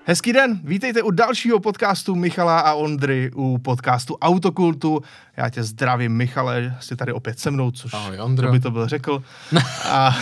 Hezký den, vítejte u dalšího podcastu Michala a Ondry, u podcastu Autokultu. Já tě zdravím, Michale, jsi tady opět se mnou, což by to byl řekl. A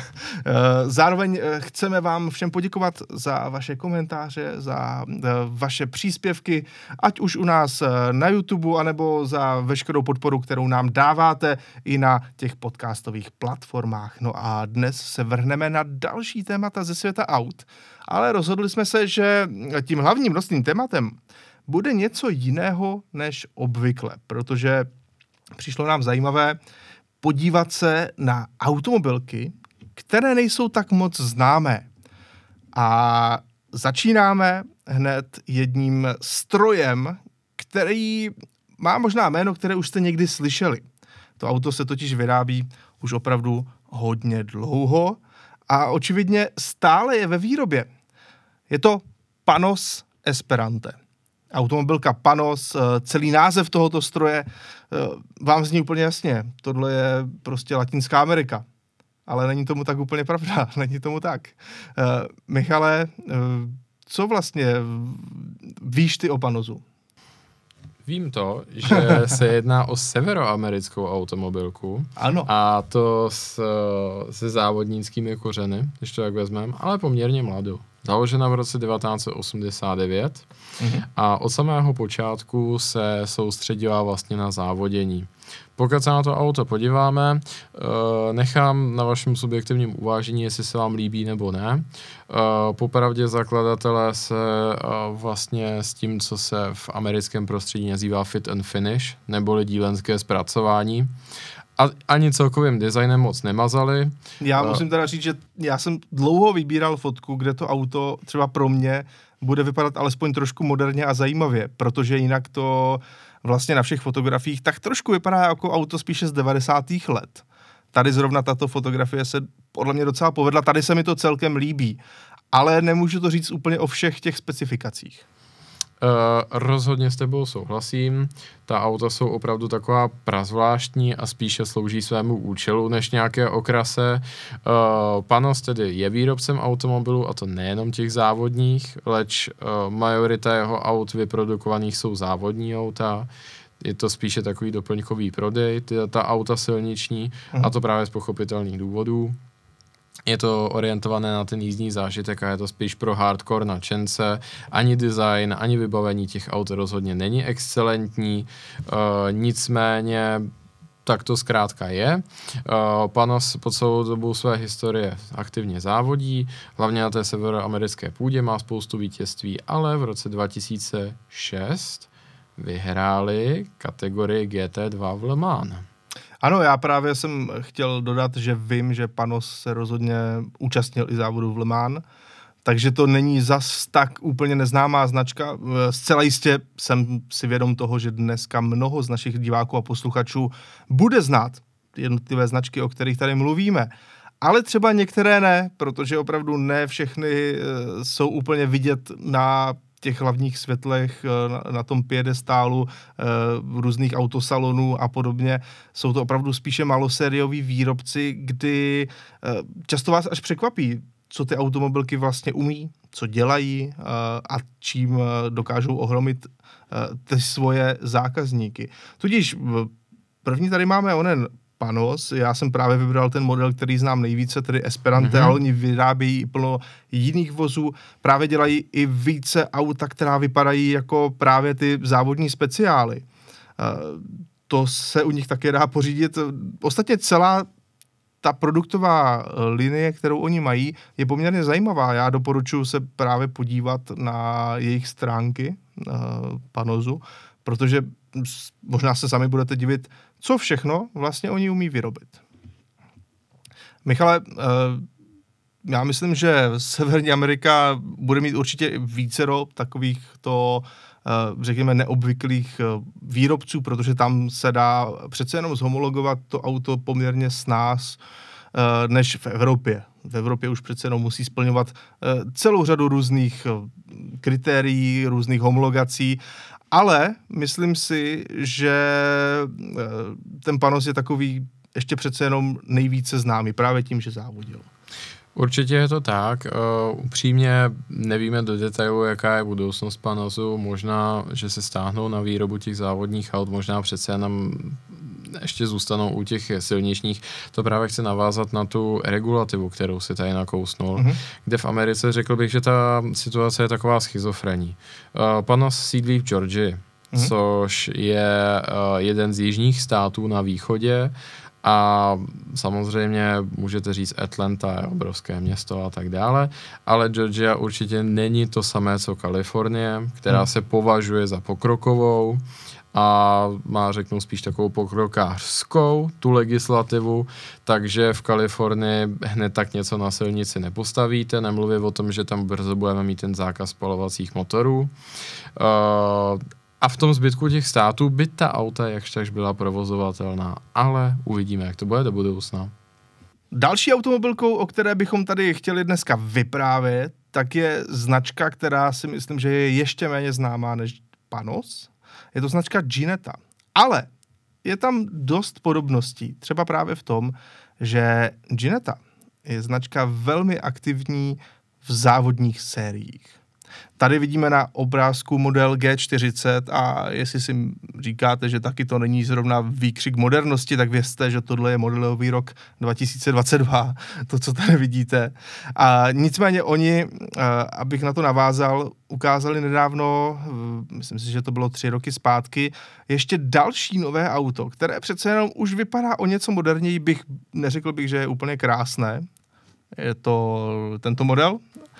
zároveň chceme vám všem poděkovat za vaše komentáře, za vaše příspěvky, ať už u nás na YouTube, anebo za veškerou podporu, kterou nám dáváte i na těch podcastových platformách. No a dnes se vrhneme na další témata ze světa aut, ale rozhodli jsme se, že tím hlavním nosným tématem bude něco jiného než obvykle, protože přišlo nám zajímavé podívat se na automobilky, které nejsou tak moc známé. A začínáme hned jedním strojem, který má možná jméno, které už jste někdy slyšeli. To auto se totiž vyrábí už opravdu hodně dlouho a očividně stále je ve výrobě. Je to Panos Esperante. Automobilka Panos, celý název tohoto stroje vám zní úplně jasně. Tohle je prostě Latinská Amerika. Ale není tomu tak úplně pravda. Není tomu tak. Michale, co vlastně víš ty o Panosu? Vím to, že se jedná o severoamerickou automobilku. Ano. A to se závodnickými kořeny, když to tak vezmeme, ale poměrně mladou. Založena v roce 1989 a od samého počátku se soustředila vlastně na závodění. Pokud se na to auto podíváme, nechám na vašem subjektivním uvážení, jestli se vám líbí nebo ne. Popravdě zakladatelé se vlastně s tím, co se v americkém prostředí nazývá fit and finish, neboli dílenské zpracování, ani celkovým designem moc nemazali. Já musím teda říct, že já jsem dlouho vybíral fotku, kde to auto třeba pro mě bude vypadat alespoň trošku moderně a zajímavě, protože jinak to vlastně na všech fotografiích tak trošku vypadá jako auto spíše z 90. let. Tady zrovna tato fotografie se podle mě docela povedla, tady se mi to celkem líbí, ale nemůžu to říct úplně o všech těch specifikacích. Rozhodně s tebou souhlasím. Ta auta jsou opravdu taková prazvláštní a spíše slouží svému účelu než nějaké okrase. Panos tedy je výrobcem automobilů, a to nejenom těch závodních, leč majorita jeho aut vyprodukovaných jsou závodní auta. Je to spíše takový doplňkový prodej, ta auta silniční, a to právě z pochopitelných důvodů. Je to orientované na ten jízdní zážitek a je to spíš pro hardcore nadšence. Ani design, ani vybavení těch aut rozhodně není excelentní, nicméně tak to zkrátka je. Panos po celou dobu své historie aktivně závodí, hlavně na té severoamerické půdě má spoustu vítězství, ale v roce 2006 vyhráli kategorii GT2 v Le Mans. Ano, já právě jsem chtěl dodat, že vím, že Panos se rozhodně účastnil i závodu v Le Mans, takže to není zas tak úplně neznámá značka. Zcela jistě jsem si vědom toho, že dneska mnoho z našich diváků a posluchačů bude znát jednotlivé značky, o kterých tady mluvíme. Ale třeba některé ne, protože opravdu ne všechny jsou úplně vidět na těch hlavních světlech, na tom piedestálu různých autosalonů a podobně. Jsou to opravdu spíše malosérioví výrobci, kdy často vás až překvapí, co ty automobilky vlastně umí, co dělají a čím dokážou ohromit ty svoje zákazníky. Tudíž první tady máme onen Panos, já jsem právě vybral ten model, který znám nejvíce, tedy Esperante, ale oni vyrábějí plno jiných vozů, právě dělají i více auta, která vypadají jako právě ty závodní speciály. To se u nich také dá pořídit. Ostatně celá ta produktová linie, kterou oni mají, je poměrně zajímavá. Já doporučuji se právě podívat na jejich stránky Panosu, protože možná se sami budete divit, co všechno vlastně oni umí vyrobit. Michale, já myslím, že Severní Amerika bude mít určitě vícero takovýchto, řekněme, neobvyklých výrobců, protože tam se dá přece jenom zhomologovat to auto poměrně snáz než v Evropě. V Evropě už přece jenom musí splňovat celou řadu různých kritérií, různých homologací, ale myslím si, že ten Panos je takový ještě přece jenom nejvíce známý, právě tím, že závodil. Určitě je to tak. Upřímně nevíme do detailu, jaká je budoucnost Panasu. Možná, že se stáhnou na výrobu těch závodních aut, možná přece jenom ještě zůstanou u těch silničních. To právě chci navázat na tu regulativu, kterou si tady nakousnul, kde v Americe řekl bych, že ta situace je taková schizofrení. Panas sídlí v Georgii, což je jeden z jižních států na východě. A samozřejmě můžete říct Atlanta je obrovské město a tak dále, ale Georgia určitě není to samé, co Kalifornie, která se považuje za pokrokovou a má, řeknu, spíš takovou pokrokářskou tu legislativu, takže v Kalifornii hned tak něco na silnici nepostavíte, nemluvě o tom, že tam brzo budeme mít ten zákaz spalovacích motorů. A v tom zbytku těch států by ta auta jakž takž byla provozovatelná, ale uvidíme, jak to bude do budoucna. Další automobilkou, o které bychom tady chtěli dneska vyprávět, tak je značka, která si myslím, že je ještě méně známá než Panos. Je to značka Ginetta. Ale je tam dost podobností. Třeba právě v tom, že Ginetta je značka velmi aktivní v závodních sériích. Tady vidíme na obrázku model G40 a jestli si říkáte, že taky to není zrovna výkřik modernosti, tak vězte, že tohle je modelový rok 2022, to, co tady vidíte. A nicméně oni, abych na to navázal, ukázali nedávno, myslím si, že to bylo 3 roky zpátky, ještě další nové auto, které přece jenom už vypadá o něco moderněji, neřekl bych, že je úplně krásné. Je to tento model?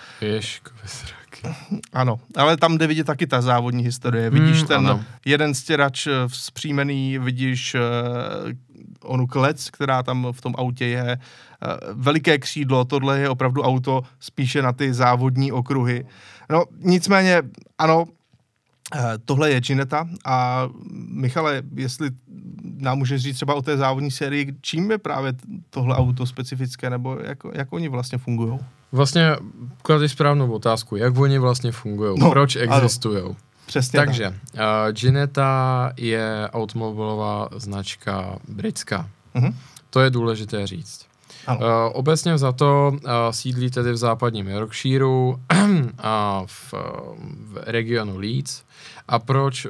Ano, ale tam jde vidět taky ta závodní historie. Vidíš ten jeden stěrač vzpřímený, vidíš onu klec, která tam v tom autě je, veliké křídlo, tohle je opravdu auto spíše na ty závodní okruhy. No, nicméně, ano, tohle je Ginetta a Michale, jestli nám můžeš říct třeba o té závodní sérii, čím je právě tohle auto specifické, nebo jak oni vlastně fungují? Vlastně kladeš správnou otázku, jak oni vlastně fungují, proč existují. Přesně takže Ginetta je automobilová značka britská. To je důležité říct. Obecně vzato sídlí tedy v západním Yorkshireu a v regionu Leeds. A proč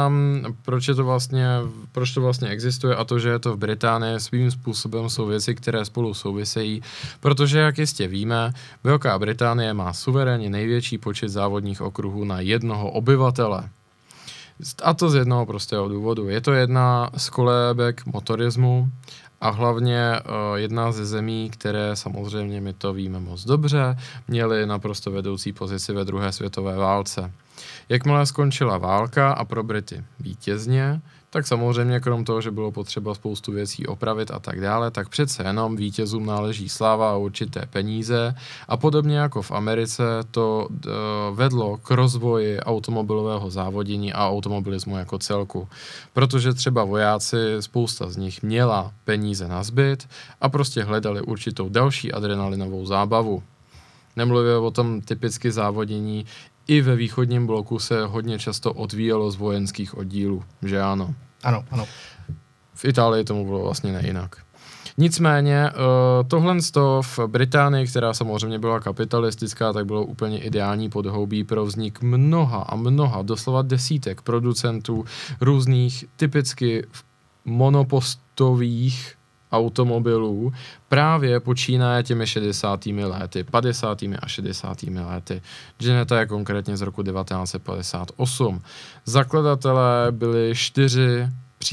to vlastně existuje a to, že je to v Británii, svým způsobem jsou věci, které spolu souvisejí, protože, jak jistě víme, Velká Británie má suverénně největší počet závodních okruhů na jednoho obyvatele. A to z jednoho prostého důvodu. Je to jedna z kolébek motorismu a hlavně jedna ze zemí, které samozřejmě, my to víme moc dobře, měly naprosto vedoucí pozici ve druhé světové válce. Jakmile skončila válka a pro Brity vítězně, tak samozřejmě krom toho, že bylo potřeba spoustu věcí opravit a tak dále, tak přece jenom vítězům náleží sláva a určité peníze a podobně jako v Americe to vedlo k rozvoji automobilového závodění a automobilismu jako celku. Protože třeba vojáci, spousta z nich měla peníze na zbyt a prostě hledali určitou další adrenalinovou zábavu. Nemluvě o tom typicky závodění, i ve východním bloku se hodně často odvíjelo z vojenských oddílů, že ano? Ano. V Itálii tomu bylo vlastně nejinak. Nicméně tohle v Británii, která samozřejmě byla kapitalistická, tak bylo úplně ideální podhoubí pro vznik mnoha, doslova desítek producentů různých typicky monopostových automobilů právě počínaje těmi 60. lety, 50. a 60. lety. Ginetta je konkrétně z roku 1958. Zakladatelé byli 4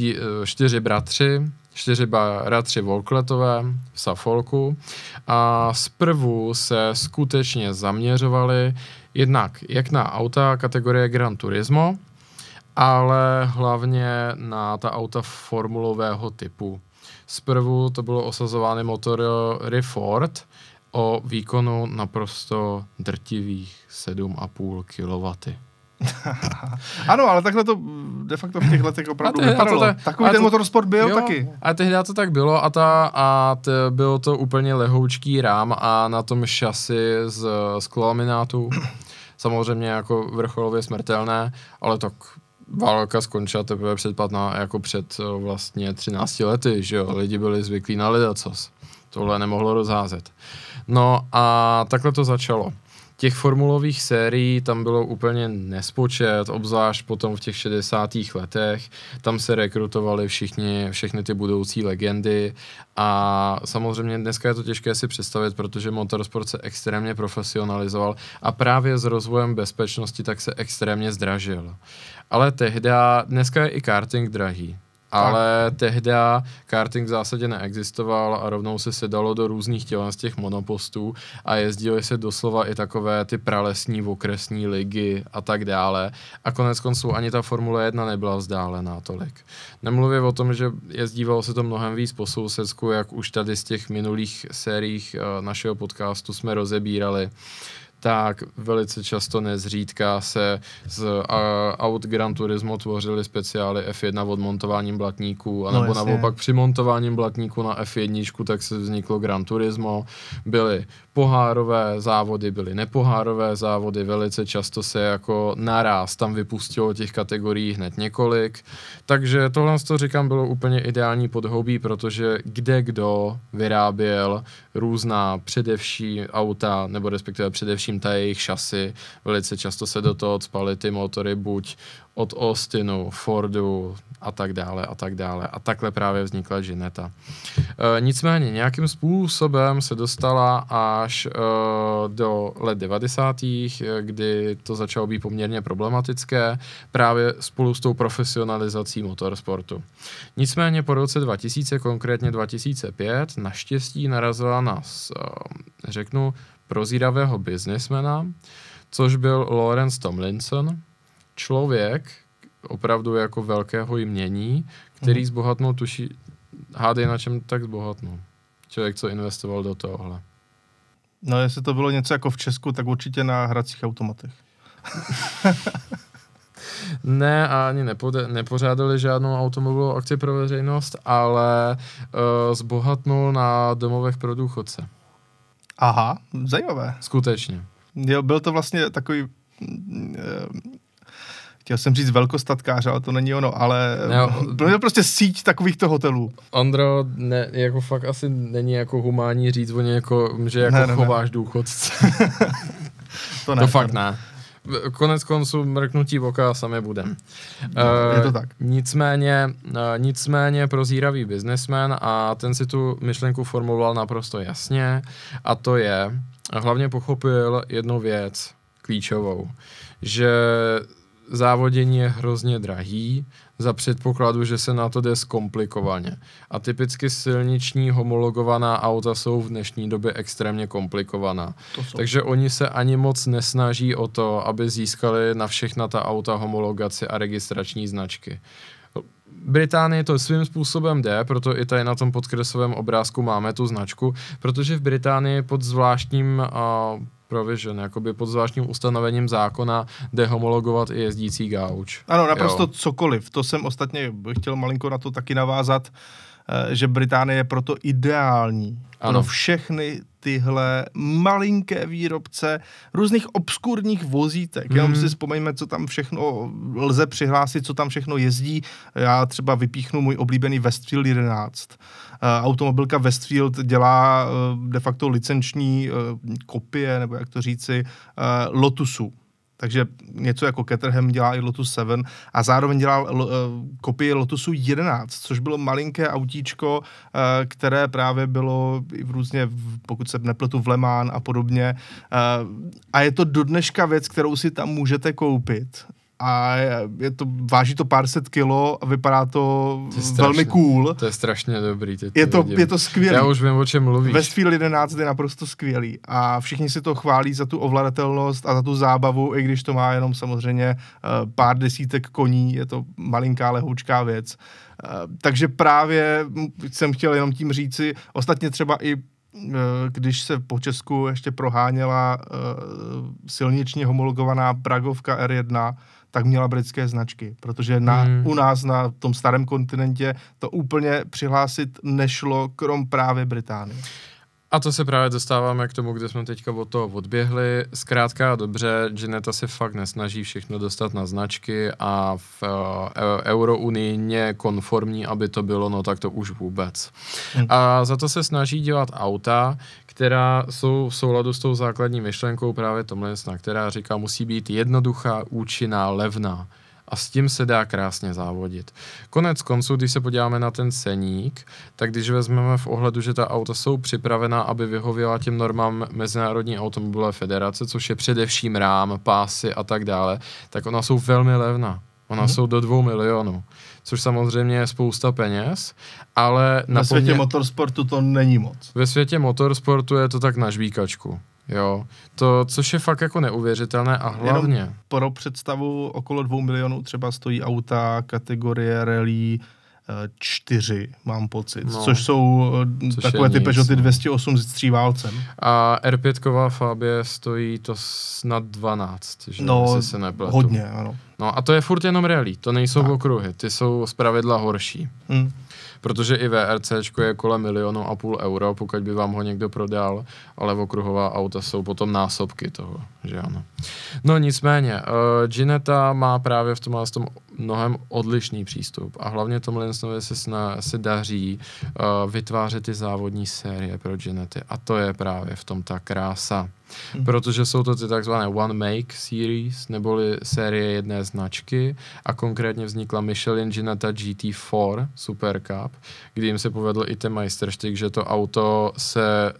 bratři Volkletové v Suffolku a zprvu se skutečně zaměřovali jednak jak na auta kategorie Gran Turismo, ale hlavně na ta auta formulového typu. Zprvu to bylo osazovány motory Ford o výkonu naprosto drtivých 7,5 kW. Ano, ale takhle to de facto v těch letech opravdu vypadalo. Takový ten motorsport byl taky. A tehdy to tak bylo bylo to úplně lehoučký rám a na tom šasi z sklolaminátu. Samozřejmě jako vrcholově smrtelné, ale tak válka skončila teprve před vlastně 13 lety, že jo, lidi byli zvyklí na ledacos. tohle nemohlo rozházet. No a takhle to začalo. Těch formulových sérií tam bylo úplně nespočet, obzvlášť potom v těch 60. letech. Tam se rekrutovali všechny ty budoucí legendy a samozřejmě dneska je to těžké si představit, protože motorsport se extrémně profesionalizoval a právě s rozvojem bezpečnosti tak se extrémně zdražil. Ale dneska je i karting drahý. Ale tehda karting v zásadě neexistoval a rovnou se dalo do různých tělen z těch monopostů a jezdily se doslova i takové ty pralesní okresní ligy a tak dále. A konec konců ani ta Formule 1 nebyla vzdálená tolik. Nemluvě o tom, že jezdívalo se to mnohem víc po sousedsku, jak už tady z těch minulých sériích našeho podcastu jsme rozebírali, tak velice často nezřídka se z aut Gran Turismo tvořily speciály F1 odmontováním blatníků, anebo naopak při montováním blatníků na F1, tak se vzniklo Gran Turismo. Byly pohárové závody, byly nepohárové závody, velice často se jako naráz tam vypustilo těch kategorií hned několik. Takže tohle, to říkám, bylo úplně ideální podhoubí, protože kde kdo vyráběl různá předevší auta, nebo respektive především ta jejich šasy. Velice často se do toho cpaly ty motory buď od Austinu, Fordu a tak dále a tak dále. A takhle právě vznikla Ginetta. Nicméně nějakým způsobem se dostala až do let 90., kdy to začalo být poměrně problematické právě spolu s tou profesionalizací motorsportu. Nicméně po roce 2000, konkrétně 2005, naštěstí narazila na, řeknu, prozíravého biznismena, což byl Lawrence Tomlinson, člověk opravdu jako velkého jmění, který zbohatnul, hádej na čem tak zbohatnul. Člověk, co investoval do tohohle. No, jestli to bylo něco jako v Česku, tak určitě na hracích automatech. Ne, ani nepořádali žádnou automobilovou akci pro veřejnost, ale zbohatnul na domovech pro důchodce. Aha, zajímavé. Skutečně. Jo, byl to vlastně takový... Chtěl jsem říct velkostatkář, ale to není ono, ale byl to prostě síť takovýchto hotelů. Ondro, jako fakt asi není jako humánní říct o někoho, že jako chováš důchodce. To fakt ne. Konec konců mrknutí oka sami budem. Je to tak. Nicméně prozíravý biznesmen a ten si tu myšlenku formuloval naprosto jasně a to je, hlavně pochopil jednu věc klíčovou, že závodění je hrozně drahý za předpokladu, že se na to jde zkomplikovaně. A typicky silniční homologovaná auta jsou v dnešní době extrémně komplikovaná. Takže oni se ani moc nesnaží o to, aby získali na všechna ta auta homologaci a registrační značky. Británii to svým způsobem jde, proto i tady na tom podkresovém obrázku máme tu značku, protože v Británii pod zvláštním provision, jakoby pod zvláštním ustanovením zákona jde homologovat i jezdící gauč. Ano, naprosto cokoliv. To jsem ostatně chtěl malinko na to taky navázat, že Británie je proto ideální pro všechny tyhle malinké výrobce různých obskurních vozítek. Jenom si vzpomeňme, co tam všechno lze přihlásit, co tam všechno jezdí. Já třeba vypíchnu můj oblíbený Westfield 11. Automobilka Westfield dělá de facto licenční kopie, nebo jak to říci, Lotusu. Takže něco jako Caterham dělá i Lotus 7 a zároveň dělal kopii Lotusu 11, což bylo malinké autíčko, které právě bylo i v různě, pokud se nepletu, v Le Mans a podobně. A je to do dneška věc, kterou si tam můžete koupit. A váží to pár set kilo a vypadá to velmi cool. To je strašně dobrý. Je to skvělý. Já už vím, o čem mluvíš. Westfield 11 je naprosto skvělý a všichni si to chválí za tu ovladatelnost a za tu zábavu, i když to má jenom samozřejmě pár desítek koní, je to malinká lehoučká věc. Takže právě jsem chtěl jenom tím říci, ostatně třeba i když se po Česku ještě proháněla silničně homologovaná Pragovka R1, tak měla britské značky, protože u nás na tom starém kontinentě to úplně přihlásit nešlo, krom právě Británie. A to se právě dostáváme k tomu, kde jsme teďka od toho odběhli. Zkrátka a dobře, Ginetta se fakt nesnaží všechno dostat na značky a v eurounijně konformní, aby to bylo, no tak to už vůbec. A za to se snaží dělat auta, která jsou v souladu s tou základní myšlenkou právě Tomlinsona, která říká, musí být jednoduchá, účinná, levná. A s tím se dá krásně závodit. Konec konců, když se podíváme na ten ceník, tak když vezmeme v ohledu, že ta auta jsou připravená, aby vyhověla těm normám Mezinárodní automobilové federace, což je především rám, pásy a tak dále, tak ona jsou velmi levná. Ona jsou do 2 milionů, což samozřejmě je spousta peněz, ale... Ve světě motorsportu to není moc. Ve světě motorsportu je to tak na žvíkačku. Jo, to, což je fakt jako neuvěřitelné a hlavně... Jenom pro představu okolo 2 milionů třeba stojí auta kategorie Rally 4, mám pocit, což jsou takové ty Peugeoty 208 s 3 válcem. A R5 Fabie stojí to snad 12, že se nepletu. Hodně, ano. No a to je furt jenom rally, to nejsou okruhy, ty jsou zpravidla horší. Protože i VRCčko je kolem 1,5 milionu euro, pokud by vám ho někdo prodal, ale okruhová auta jsou potom násobky toho, že ano. No nicméně, Ginetta má právě v tomhle tom mnohem odlišný přístup a hlavně Tomlinsonovi se daří vytvářet ty závodní série pro Ginetty a to je právě v tom ta krása. Protože jsou to ty takzvané One Make Series, neboli série jedné značky a konkrétně vznikla Michelin Ginetta GT4 Super Cup, kdy jim se povedl i ten majstrštyk, že to auto se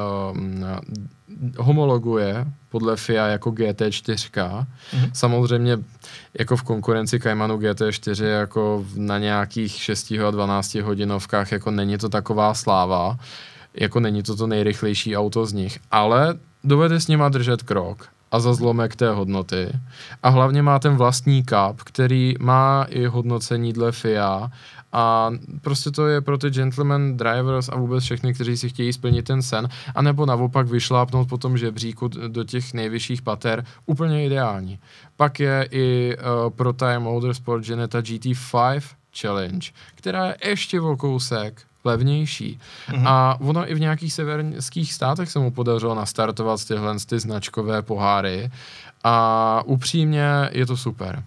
homologuje podle FIA jako GT4. Samozřejmě jako v konkurenci Caymanu GT4 jako na nějakých 6 a 12 hodinovkách jako není to taková sláva, jako není to nejrychlejší auto z nich, ale dovede s nima držet krok a za zlomek té hodnoty. A hlavně má ten vlastní cup, který má i hodnocení dle FIA a prostě to je pro ty gentleman drivers a vůbec všechny, kteří si chtějí splnit ten sen, anebo naopak vyšlápnout po tom žebříku do těch nejvyšších pater úplně ideální. Pak je i pro Time Motorsport Ginetta GT5 Challenge, která je ještě o kousek levnější. A ono i v nějakých severských státech se mu podařilo nastartovat tyhle značkové poháry a upřímně je to super.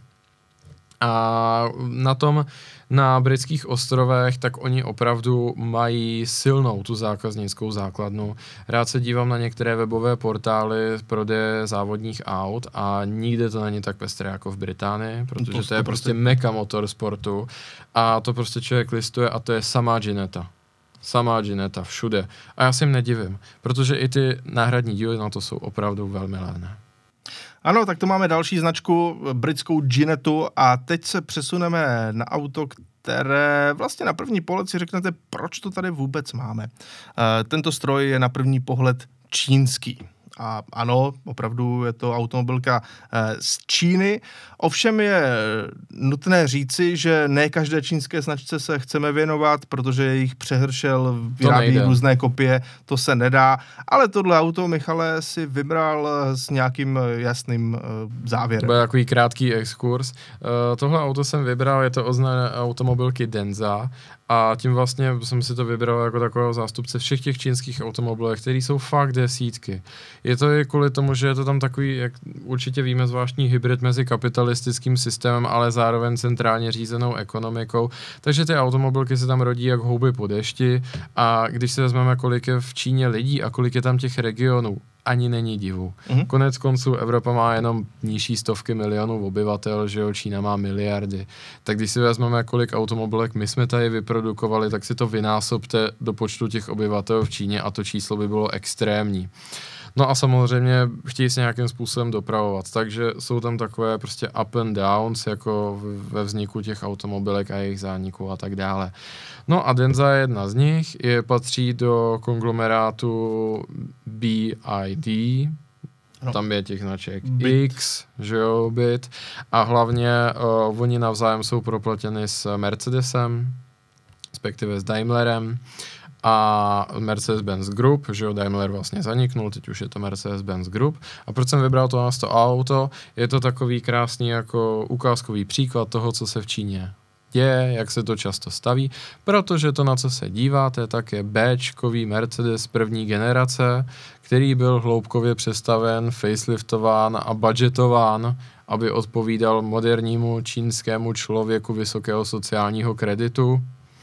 A na britských ostrovech, tak oni opravdu mají silnou tu zákaznickou základnu. Rád se dívám na některé webové portály prodeje závodních aut a nikde to není tak pestré jako v Británii, protože to je prostě meka motorsportu a to prostě člověk listuje a to je samá Ginetta. Samá Ginetta všude. A já si jim nedivím, protože i ty náhradní díly na to jsou opravdu velmi levné. Ano, tak to máme další značku, britskou Ginettu a teď se přesuneme na auto, které vlastně na první pohled si řeknete, proč to tady vůbec máme. Tento stroj je na první pohled čínský. A ano, opravdu je to automobilka z Číny. Ovšem je nutné říci, že ne každé čínské značce se chceme věnovat, protože jejich přehršel vyrábí různé kopie, to se nedá. Ale tohle auto Michale si vybral s nějakým jasným závěrem. To byl takový krátký exkurs. Tohle auto jsem vybral, je to označené automobilky Denza. A tím vlastně jsem si to vybral jako takového zástupce všech těch čínských automobilů, které jsou fakt desítky. Je to i kvůli tomu, že je to tam takový, jak určitě víme, zvláštní hybrid mezi kapitalistickým systémem, ale zároveň centrálně řízenou ekonomikou. Takže ty automobilky se tam rodí jak houby po dešti a když si vezmeme, kolik je v Číně lidí a kolik je tam těch regionů, ani není divu. Konec konců Evropa má jenom nižší stovky milionů obyvatel, že jo, Čína má miliardy. Tak když si vezmeme, kolik automobilek my jsme tady vyprodukovali, tak si to vynásobte do počtu těch obyvatel v Číně a to číslo by bylo extrémní. No a samozřejmě chtějí se nějakým způsobem dopravovat, takže jsou tam takové prostě up and downs, jako ve vzniku těch automobilek a jejich zániku a tak dále. No a Denza je jedna z nich, patří do konglomerátu BID, tam je těch značek X, že jo, BID, a hlavně oni navzájem jsou propletěni s Mercedesem, respektive s Daimlerem, a Mercedes-Benz Group, že jo, Daimler vlastně zaniknul, teď už je to Mercedes-Benz Group. A proč jsem vybral to auto? Je to takový krásný jako ukázkový příklad toho, co se v Číně děje, jak se to často staví, protože to, na co se díváte, tak je Bčkový Mercedes první generace, který byl hloubkově přestaven, faceliftován a budgetován, aby odpovídal modernímu čínskému člověku vysokého sociálního kreditu.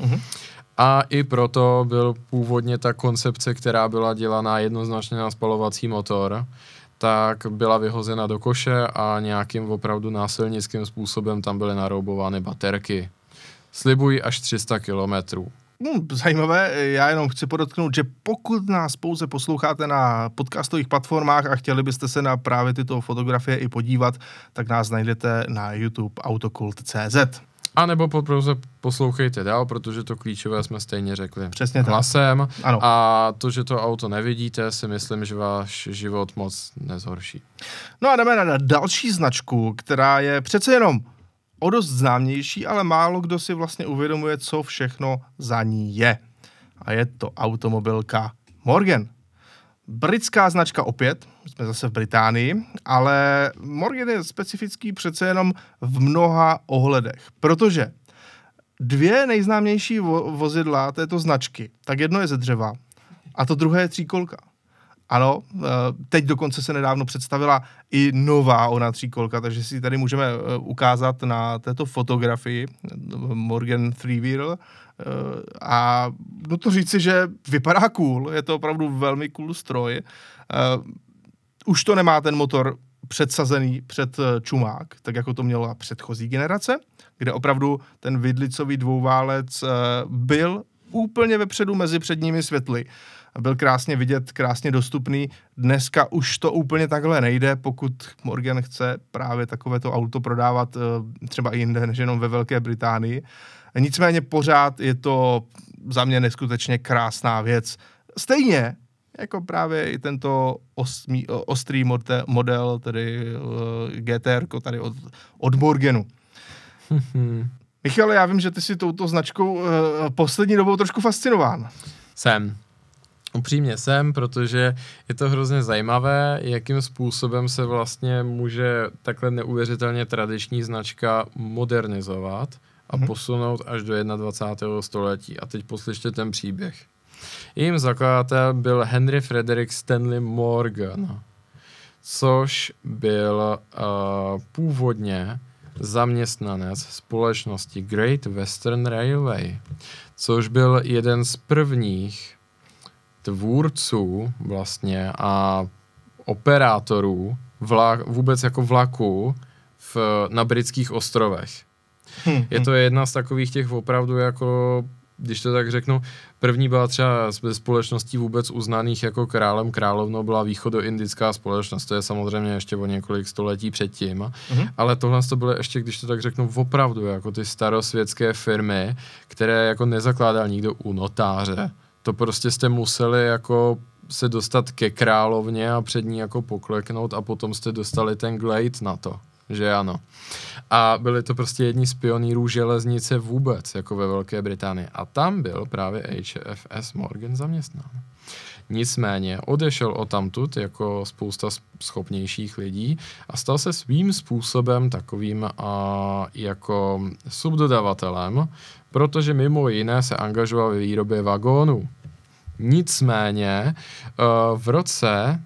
A i proto byl původně ta koncepce, která byla dělaná jednoznačně na spalovací motor, tak byla vyhozena do koše a nějakým opravdu násilnickým způsobem tam byly naroubovány baterky. Slibují až 300 kilometrů. Zajímavé, já jenom chci podotknout, že pokud nás pouze posloucháte na podcastových platformách a chtěli byste se na právě tyto fotografie i podívat, tak nás najdete na YouTube autokult.cz. A nebo poslouchejte dál, protože to klíčové jsme stejně řekli. Přesně hlasem. Ano. A to, že to auto nevidíte, si myslím, že váš život moc nezhorší. No a jdeme na další značku, která je přece jenom o dost známější, ale málo kdo si vlastně uvědomuje, co všechno za ní je. A je to automobilka Morgan. Britská značka opět, jsme zase v Británii, ale Morgan je specifický přece jenom v mnoha ohledech, protože dvě nejznámější vozidla této značky, tak jedno je ze dřeva a to druhé je tříkolka. Ano, teď dokonce se nedávno představila i nová ona tříkolka, takže si tady můžeme ukázat na této fotografii Morgan Three-Wheel a no to říci, že vypadá cool, je to opravdu velmi cool stroj. Už to nemá ten motor předsazený před čumák, tak jako to měla předchozí generace, kde opravdu ten vidlicový dvouválec byl úplně vepředu mezi předními světly. Byl krásně vidět, krásně dostupný. Dneska už to úplně takhle nejde, pokud Morgan chce právě takovéto auto prodávat třeba i jinde, než jenom ve Velké Británii. Nicméně pořád je to za mě neskutečně krásná věc. Stejně jako právě i tento ostrý model, tedy GTR tady od Morganu. Michale, já vím, že ty si touto značkou poslední dobou trošku fascinován. Upřímně jsem, protože je to hrozně zajímavé, jakým způsobem se vlastně může takhle neuvěřitelně tradiční značka modernizovat a posunout až do 21. století. A teď poslyšte ten příběh. Jejím zakladatel byl Henry Frederick Stanley Morgan, což byl původně zaměstnanec společnosti Great Western Railway, což byl jeden z prvních tvůrců vlastně a operátorů vůbec jako vlaků na britských ostrovech. Je to jedna z takových těch opravdu jako, když to tak řeknu, první byla třeba ze společností vůbec uznaných jako králem, královnou byla východoindická společnost, to je samozřejmě ještě o několik století předtím, ale tohle to bylo ještě, když to tak řeknu, opravdu jako ty starosvětské firmy, které jako nezakládal nikdo u notáře. To prostě jste museli jako se dostat ke královně a před ní jako pokleknout a potom jste dostali ten glade na to, že ano. A byli to prostě jedni z pionýrů železnice vůbec, jako ve Velké Británii. A tam byl právě HFS Morgan zaměstnán. Nicméně odešel odtamtud jako spousta schopnějších lidí a stal se svým způsobem takovým jako subdodavatelem, protože mimo jiné se angažoval ve výrobě vagónů. Nicméně v roce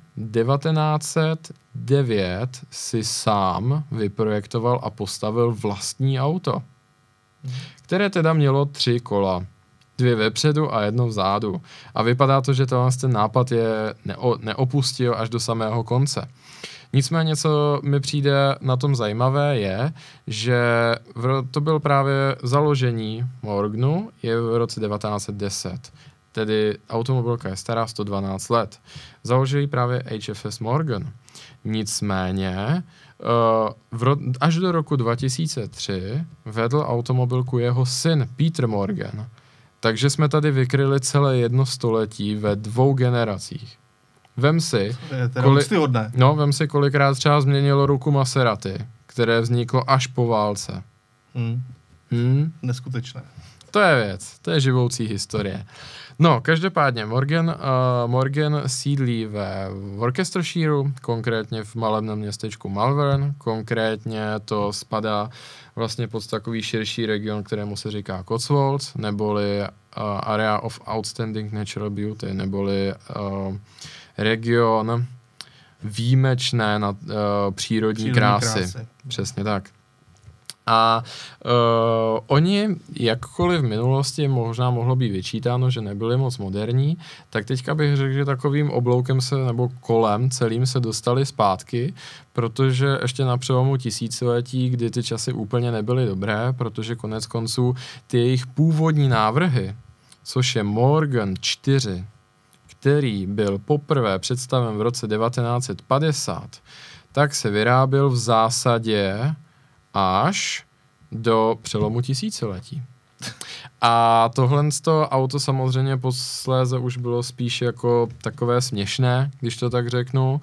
1909 si sám vyprojektoval a postavil vlastní auto, které teda mělo 3 kola. 2 vepředu a 1 vzadu. A vypadá to, že ten nápad je neopustil až do samého konce. Nicméně, co mi přijde na tom zajímavé, je, že to byl právě založení Morganu je v roce 1910. Tedy automobilka je stará 112 let. Založil ji právě HFS Morgan. Nicméně až do roku 2003 vedl automobilku jeho syn Peter Morgan. Takže jsme tady vykryli celé 1 století ve 2 generacích. Vem si, kolikrát třeba změnilo ruku Maserati, které vzniklo až po válce. Neskutečné. To je věc, to je živoucí historie. No, každopádně Morgan sídlí ve Worcestershireu, konkrétně v malém městečku Malvern, konkrétně to spadá vlastně pod takový širší region, kterému se říká Cotswolds, neboli Area of Outstanding Natural Beauty, neboli region výjimečné přírodní krásy. Přesně tak. A oni, jakkoliv v minulosti možná mohlo být vyčítáno, že nebyli moc moderní, tak teďka bych řekl, že takovým obloukem nebo kolem celým se dostali zpátky, protože ještě na přelomu tisíciletí, kdy ty časy úplně nebyly dobré, protože konec konců ty jejich původní návrhy, což je Morgan 4, který byl poprvé představen v roce 1950, tak se vyráběl v zásadě až do přelomu tisíciletí. A tohle auto samozřejmě posléze už bylo spíš jako takové směšné, když to tak řeknu.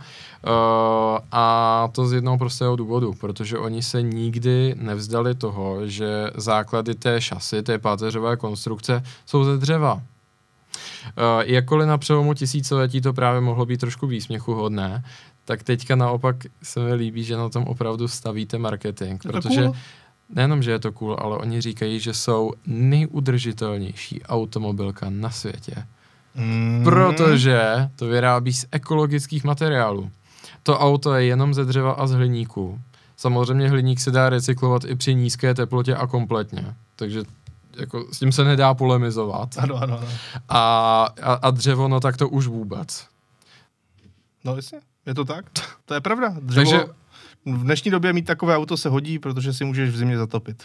A to z jednoho prostého důvodu, protože oni se nikdy nevzdali toho, že základy té šasy, té páteřové konstrukce jsou ze dřeva. Jakkoliv na přelomu tisíciletí to právě mohlo být trošku výsměchuhodné, tak teďka naopak se mi líbí, že na tom opravdu stavíte marketing, protože cool. Nejenom, že je to cool, ale oni říkají, že jsou nejudržitelnější automobilka na světě. Protože to vyrábí z ekologických materiálů. To auto je jenom ze dřeva a z hliníku. Samozřejmě hliník se dá recyklovat i při nízké teplotě a kompletně. Takže jako s tím se nedá polemizovat. Ano. A dřevo, no tak to už vůbec. No jasně, je to tak. To je pravda. Dřevo takže v dnešní době mít takové auto se hodí, protože si můžeš v zimě zatopit.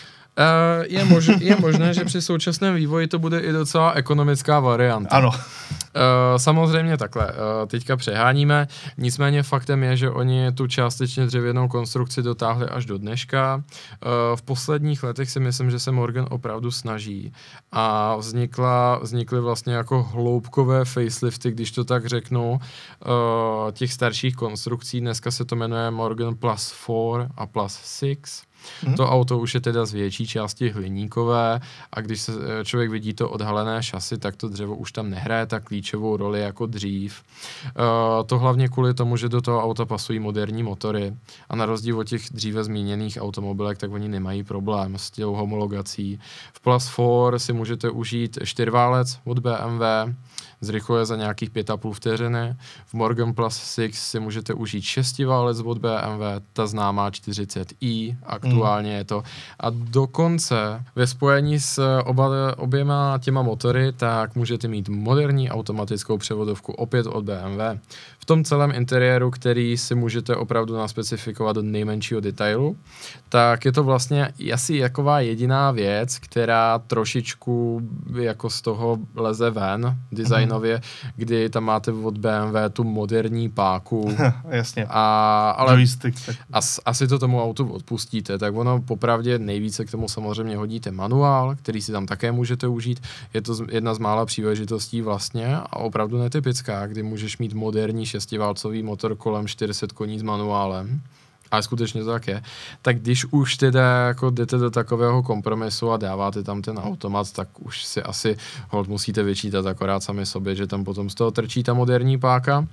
Je možné, že při současném vývoji to bude i docela ekonomická varianta. Ano. Samozřejmě takhle, teďka přeháníme, nicméně faktem je, že oni tu částečně dřevěnou konstrukci dotáhli až do dneška. V posledních letech si myslím, že se Morgan opravdu snaží a vznikly vlastně jako hloubkové facelifty, když to tak řeknu, těch starších konstrukcí. Dneska se to jmenuje Morgan Plus 4 a Plus 6. To auto už je teda z větší části hliníkové a když se člověk vidí to odhalené šasy, tak to dřevo už tam nehraje tak klíčovou roli jako dřív. To hlavně kvůli tomu, že do toho auta pasují moderní motory a na rozdíl od těch dříve zmíněných automobilek, tak oni nemají problém s těm homologací. V Plus 4 si můžete užít 4válec od BMW, zrychluje za nějakých 5,5 vteřiny. V Morgan Plus 6 si můžete užít 6válec od BMW, ta známá 40i, aktuálně je to. A dokonce ve spojení s oběma těma motory, tak můžete mít moderní automatickou převodovku opět od BMW. V tom celém interiéru, který si můžete opravdu naspecifikovat do nejmenšího detailu, tak je to vlastně asi jaková jediná věc, která trošičku jako z toho leze ven designově, kdy tam máte od BMW tu moderní páku. Jasně. Ale joystick. Asi to tomu autu odpustíte, tak ono popravdě nejvíce k tomu samozřejmě hodíte manuál, který si tam také můžete užít. Je to jedna z mála příležitostí vlastně a opravdu netypická, kdy můžeš mít moderní 6válcový motor kolem 400 koní s manuálem. Ale skutečně to tak je. Tak když už teda jako jdete do takového kompromisu a dáváte tam ten automat, tak už si asi hold musíte vyčítat akorát sami sobě, že tam potom z toho trčí ta moderní páka.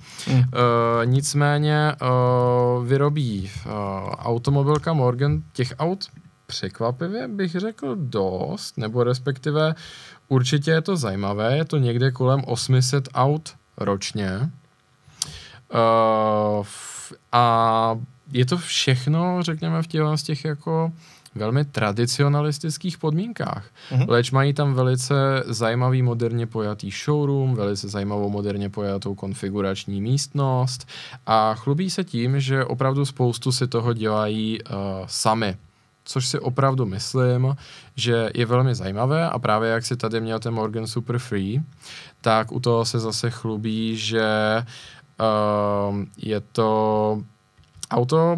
Nicméně vyrobí automobilka Morgan těch aut překvapivě bych řekl dost, nebo respektive určitě je to zajímavé, je to někde kolem 800 aut ročně. A je to všechno, řekněme, v těch jako velmi tradicionalistických podmínkách. Leč mají tam velice zajímavý moderně pojatý showroom, velice zajímavou moderně pojatou konfigurační místnost a chlubí se tím, že opravdu spoustu si toho dělají sami. Což si opravdu myslím, že je velmi zajímavé a právě jak si tady měl ten Morgan Super Free, tak u toho se zase chlubí, že je to auto,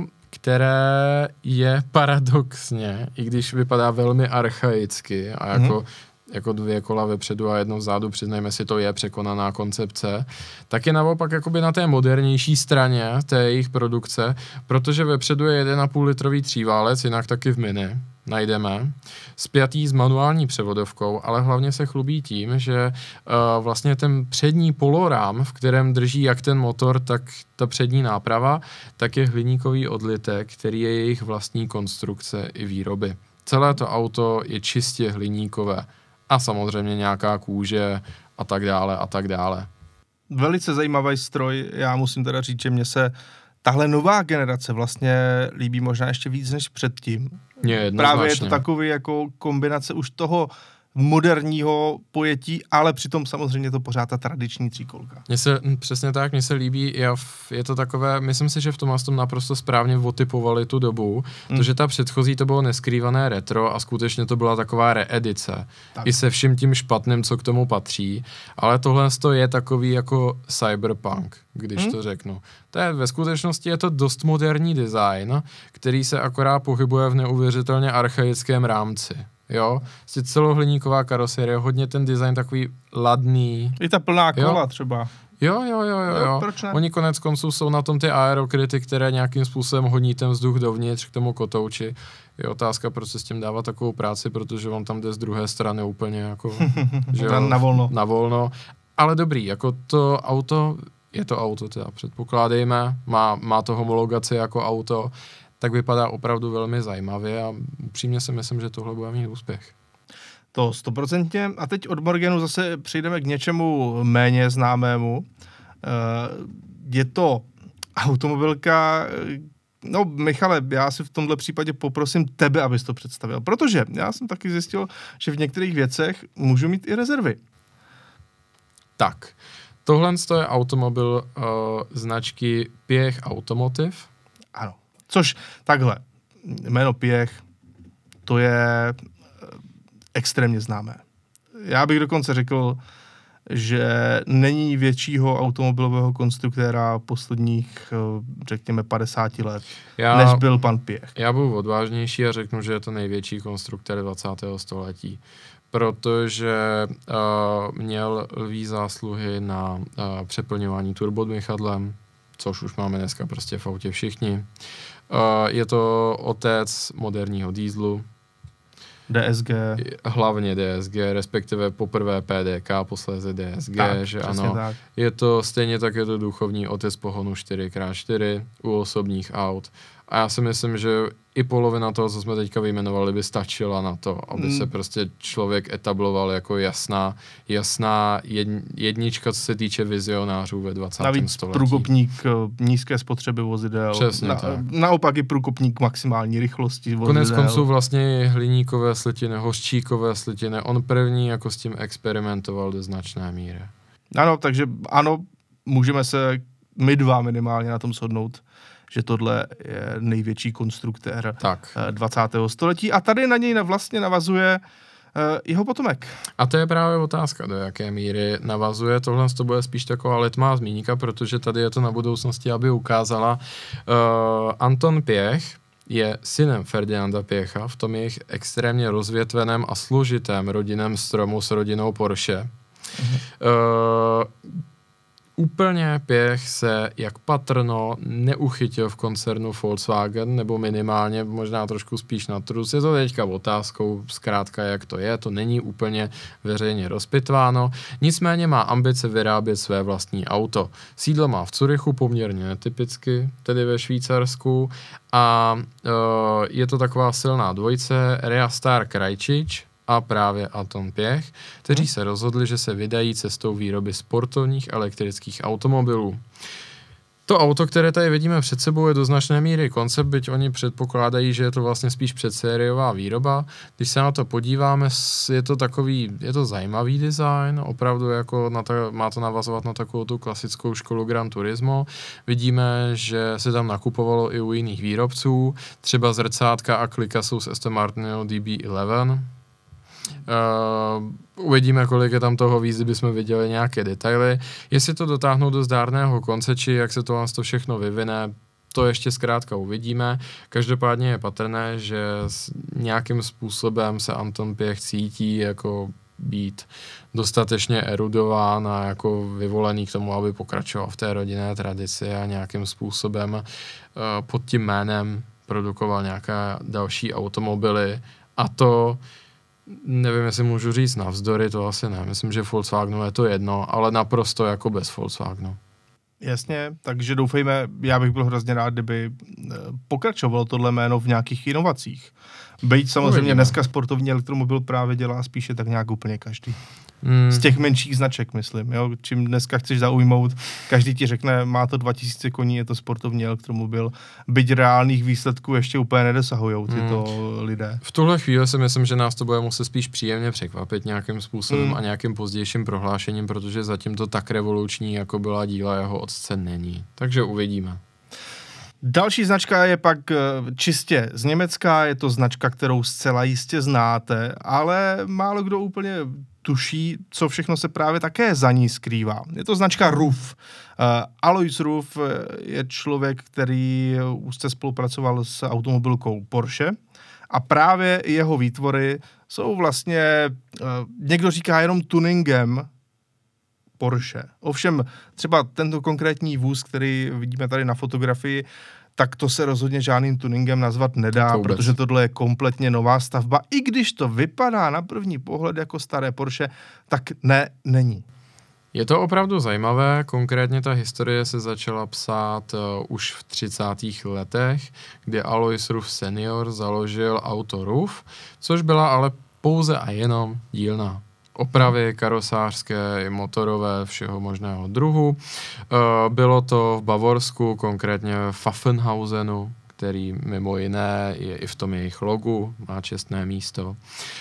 které je paradoxně, i když vypadá velmi archaicky a jako jako 2 kola vepředu a jedno vzadu, přiznejme si, to je překonaná koncepce, tak je naopak jakoby na té modernější straně té jejich produkce, protože vepředu je 1,5 litrový tříválec, jinak taky v Mini najdeme, spjatý s manuální převodovkou, ale hlavně se chlubí tím, že vlastně ten přední polorám, v kterém drží jak ten motor, tak ta přední náprava, tak je hliníkový odlitek, který je jejich vlastní konstrukce i výroby. Celé to auto je čistě hliníkové a samozřejmě nějaká kůže a tak dále a tak dále. Velice zajímavý stroj, já musím teda říct, že mně se tahle nová generace vlastně líbí možná ještě víc než předtím. Právě je to takový jako kombinace už toho moderního pojetí, ale přitom samozřejmě to pořád ta tradiční tříkolka. Přesně tak, mně se líbí, je to takové, myslím si, že v tom naprosto správně otypovali tu dobu, protože ta předchozí to bylo neskrývané retro a skutečně to byla taková reedice. Tak. I se vším tím špatným, co k tomu patří, ale tohle je takový jako cyberpunk, když to řeknu. Ve skutečnosti je to dost moderní design, který se akorát pohybuje v neuvěřitelně archaickém rámci. Jo, celohliníková karoserie, hodně ten design takový ladný. I ta plná kola třeba. Jo. Oni konec konců jsou na tom ty aerokryty, které nějakým způsobem honí ten vzduch dovnitř k tomu kotouči. Je otázka, proč se s tím dává takovou práci, protože on tam jde z druhé strany úplně jako, že jo, na volno. Ale dobrý, jako to auto, je to auto teda předpokládejme, má to homologaci jako auto, tak vypadá opravdu velmi zajímavě a upřímně si myslím, že tohle bude mít úspěch. To 100%. A teď od Morganu zase přejdeme k něčemu méně známému. Je to automobilka, no Michale, já si v tomhle případě poprosím tebe, abys to představil, protože já jsem taky zjistil, že v některých věcech můžu mít i rezervy. Tak, tohle je automobil značky Piech Automotive. Ano. Což takhle, jméno Piech, to je extrémně známé. Já bych dokonce řekl, že není většího automobilového konstruktéra posledních, řekněme, 50 let, než byl pan Piech. Já budu odvážnější a řeknu, že je to největší konstruktér 20. století, protože měl lví zásluhy na přeplňování turbodmychadlem, což už máme dneska prostě v autě všichni. Je to otec moderního dieselu. DSG. Hlavně DSG, respektive poprvé PDK, posléze DSG, tak, že ano. Tak. Je to stejně tak, je to duchovní otec pohonu 4x4 u osobních aut. A já si myslím, že i polovina toho, co jsme teďka vyjmenovali, by stačila na to, aby se prostě člověk etabloval jako jasná jednička, co se týče vizionářů ve 20. Navíc století. průkopník nízké spotřeby vozidel. Přesně tak. Naopak i průkopník maximální rychlosti vozidel. Konec konců vlastně hliníkové slitiny, hořčíkové slitiny, on první jako s tím experimentoval do značné míry. Ano, takže ano, můžeme se my dva minimálně na tom shodnout, že tohle je největší konstruktér 20. století a tady na něj vlastně navazuje jeho potomek. A to je právě otázka, do jaké míry navazuje. Tohle to bude spíš taková letmá zmínka, protože tady je to na budoucnosti, aby ukázala. Anton Piech je synem Ferdinanda Piecha v tom jejich extrémně rozvětveném a složitém rodinném stromu s rodinou Porsche. Úplně Piech se, jak patrno, neuchytil v koncernu Volkswagen, nebo minimálně možná trošku spíš na trus. Je to teďka otázkou, zkrátka jak to je, to není úplně veřejně rozpitváno. Nicméně má ambice vyrábět své vlastní auto. Sídlo má v Curychu, poměrně netypicky, tedy ve Švýcarsku, a je to taková silná dvojice, Rea Star Krajčič a právě Anton Piech, kteří se rozhodli, že se vydají cestou výroby sportovních elektrických automobilů. To auto, které tady vidíme před sebou, je do značné míry koncept, byť oni předpokládají, že je to vlastně spíš předsériová výroba. Když se na to podíváme, je to zajímavý design, opravdu jako má to navazovat na takovou tu klasickou školu Gran Turismo. Vidíme, že se tam nakupovalo i u jiných výrobců, třeba zrcátka a klika jsou z Aston Martinu DB11. Uvidíme, kolik je tam toho víc, kdybychom viděli nějaké detaily. Jestli to dotáhnou do zdárného konce, či jak se to všechno vyvine, to ještě zkrátka uvidíme. Každopádně je patrné, že nějakým způsobem se Anton Piech cítí jako být dostatečně erudován a jako vyvolený k tomu, aby pokračoval v té rodinné tradici a nějakým způsobem pod tím jménem produkoval nějaké další automobily. A to, nevím, jestli můžu říct navzdory, to asi ne. Myslím, že Volkswagenu je to jedno, ale naprosto jako bez Volkswagenu. Jasně, takže doufejme, já bych byl hrozně rád, kdyby pokračovalo tohle jméno v nějakých inovacích. Byť samozřejmě dneska sportovní elektromobil právě dělá spíše tak nějak úplně každý. Z těch menších značek, myslím. Jo? Čím dneska chceš zaujmout, každý ti řekne, má to 2000 koní, je to sportovní elektromobil. Byť reálných výsledků ještě úplně nedosahujou tyto lidé. V tuhle chvíli si myslím, že nás to bude muset spíš příjemně překvapit nějakým způsobem a nějakým pozdějším prohlášením, protože zatím to tak revoluční, jako byla díla jeho otce, není. Takže uvidíme. Další značka je pak čistě z Německa, je to značka, kterou zcela jistě znáte, ale málo kdo úplně tuší, co všechno se právě také za ní skrývá. Je to značka RUF. Alois RUF je člověk, který úzce spolupracoval s automobilkou Porsche a právě jeho výtvory jsou vlastně, někdo říká jenom tuningem Porsche. Ovšem třeba tento konkrétní vůz, který vidíme tady na fotografii, tak to se rozhodně žádným tuningem nazvat nedá, protože tohle je kompletně nová stavba. I když to vypadá na první pohled jako staré Porsche, tak není. Je to opravdu zajímavé, konkrétně ta historie se začala psát už v 30. letech, kdy Alois RUF senior založil auto RUF, což byla ale pouze a jenom dílna. Opravy karosářské i motorové všeho možného druhu. Bylo to v Bavorsku, konkrétně v Pfaffenhausenu, který mimo jiné je i v tom jejich logu, má čestné místo.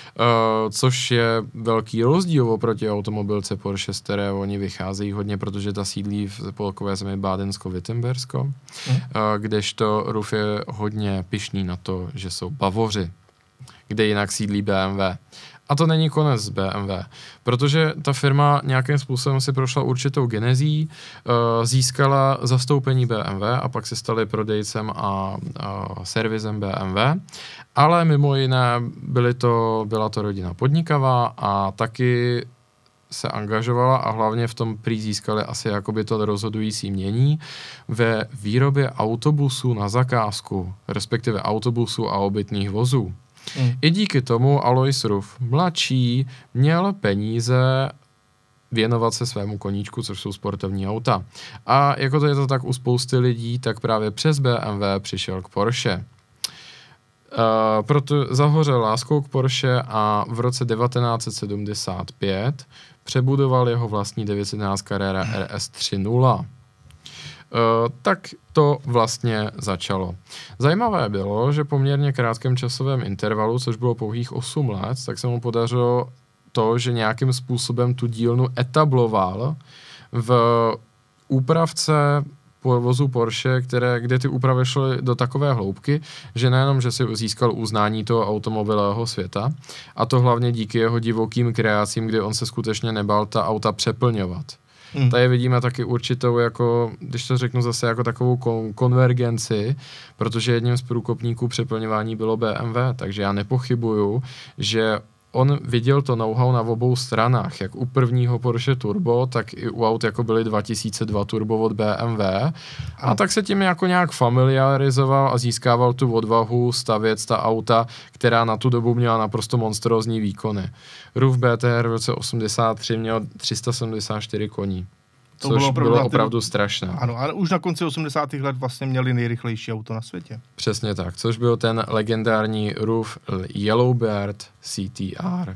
Což je velký rozdíl oproti automobilce Porsche, z které oni vycházejí hodně, protože ta sídlí v spolkové zemi Bádensko-Württembersko, kdežto RUF je hodně pyšný na to, že jsou Bavoři, kde jinak sídlí BMW. A to není konec BMW, protože ta firma nějakým způsobem si prošla určitou genezí, získala zastoupení BMW a pak se stali prodejcem a servisem BMW, ale mimo jiné byla to rodina podnikavá a taky se angažovala a hlavně v tom prý získali asi jakoby to rozhodující mění ve výrobě autobusů na zakázku, respektive autobusů a obytných vozů. I díky tomu Alois RUF mladší měl peníze věnovat se svému koníčku, což jsou sportovní auta. A jako to je to tak u spousty lidí, tak právě přes BMW přišel k Porsche. Proto zahořel láskou k Porsche a v roce 1975 přebudoval jeho vlastní 911 Carrera RS 3.0. Tak to vlastně začalo. Zajímavé bylo, že poměrně krátkém časovém intervalu, což bylo pouhých 8 let, tak se mu podařilo to, že nějakým způsobem tu dílnu etabloval v úpravce vozu Porsche, kde ty úpravy šly do takové hloubky, že nejenom, že si získal uznání toho automobilového světa, a to hlavně díky jeho divokým kreacím, kdy on se skutečně nebál ta auta přeplňovat. Tady vidíme taky určitou, jako, když to řeknu zase, jako takovou konvergenci, protože jedním z průkopníků přeplňování bylo BMW, takže já nepochybuju, že on viděl to know-how na obou stranách, jak u prvního Porsche Turbo, tak i u aut, jako byly 2002 Turbo od BMW. A tak se tím jako nějak familiarizoval a získával tu odvahu stavět ta auta, která na tu dobu měla naprosto monstrózní výkony. RUF BTR v roce 83 měl 374 koní. Což bylo opravdu strašné. Ano, ale už na konci 80. let vlastně měli nejrychlejší auto na světě. Přesně tak, což byl ten legendární RUF Yellowbird CTR.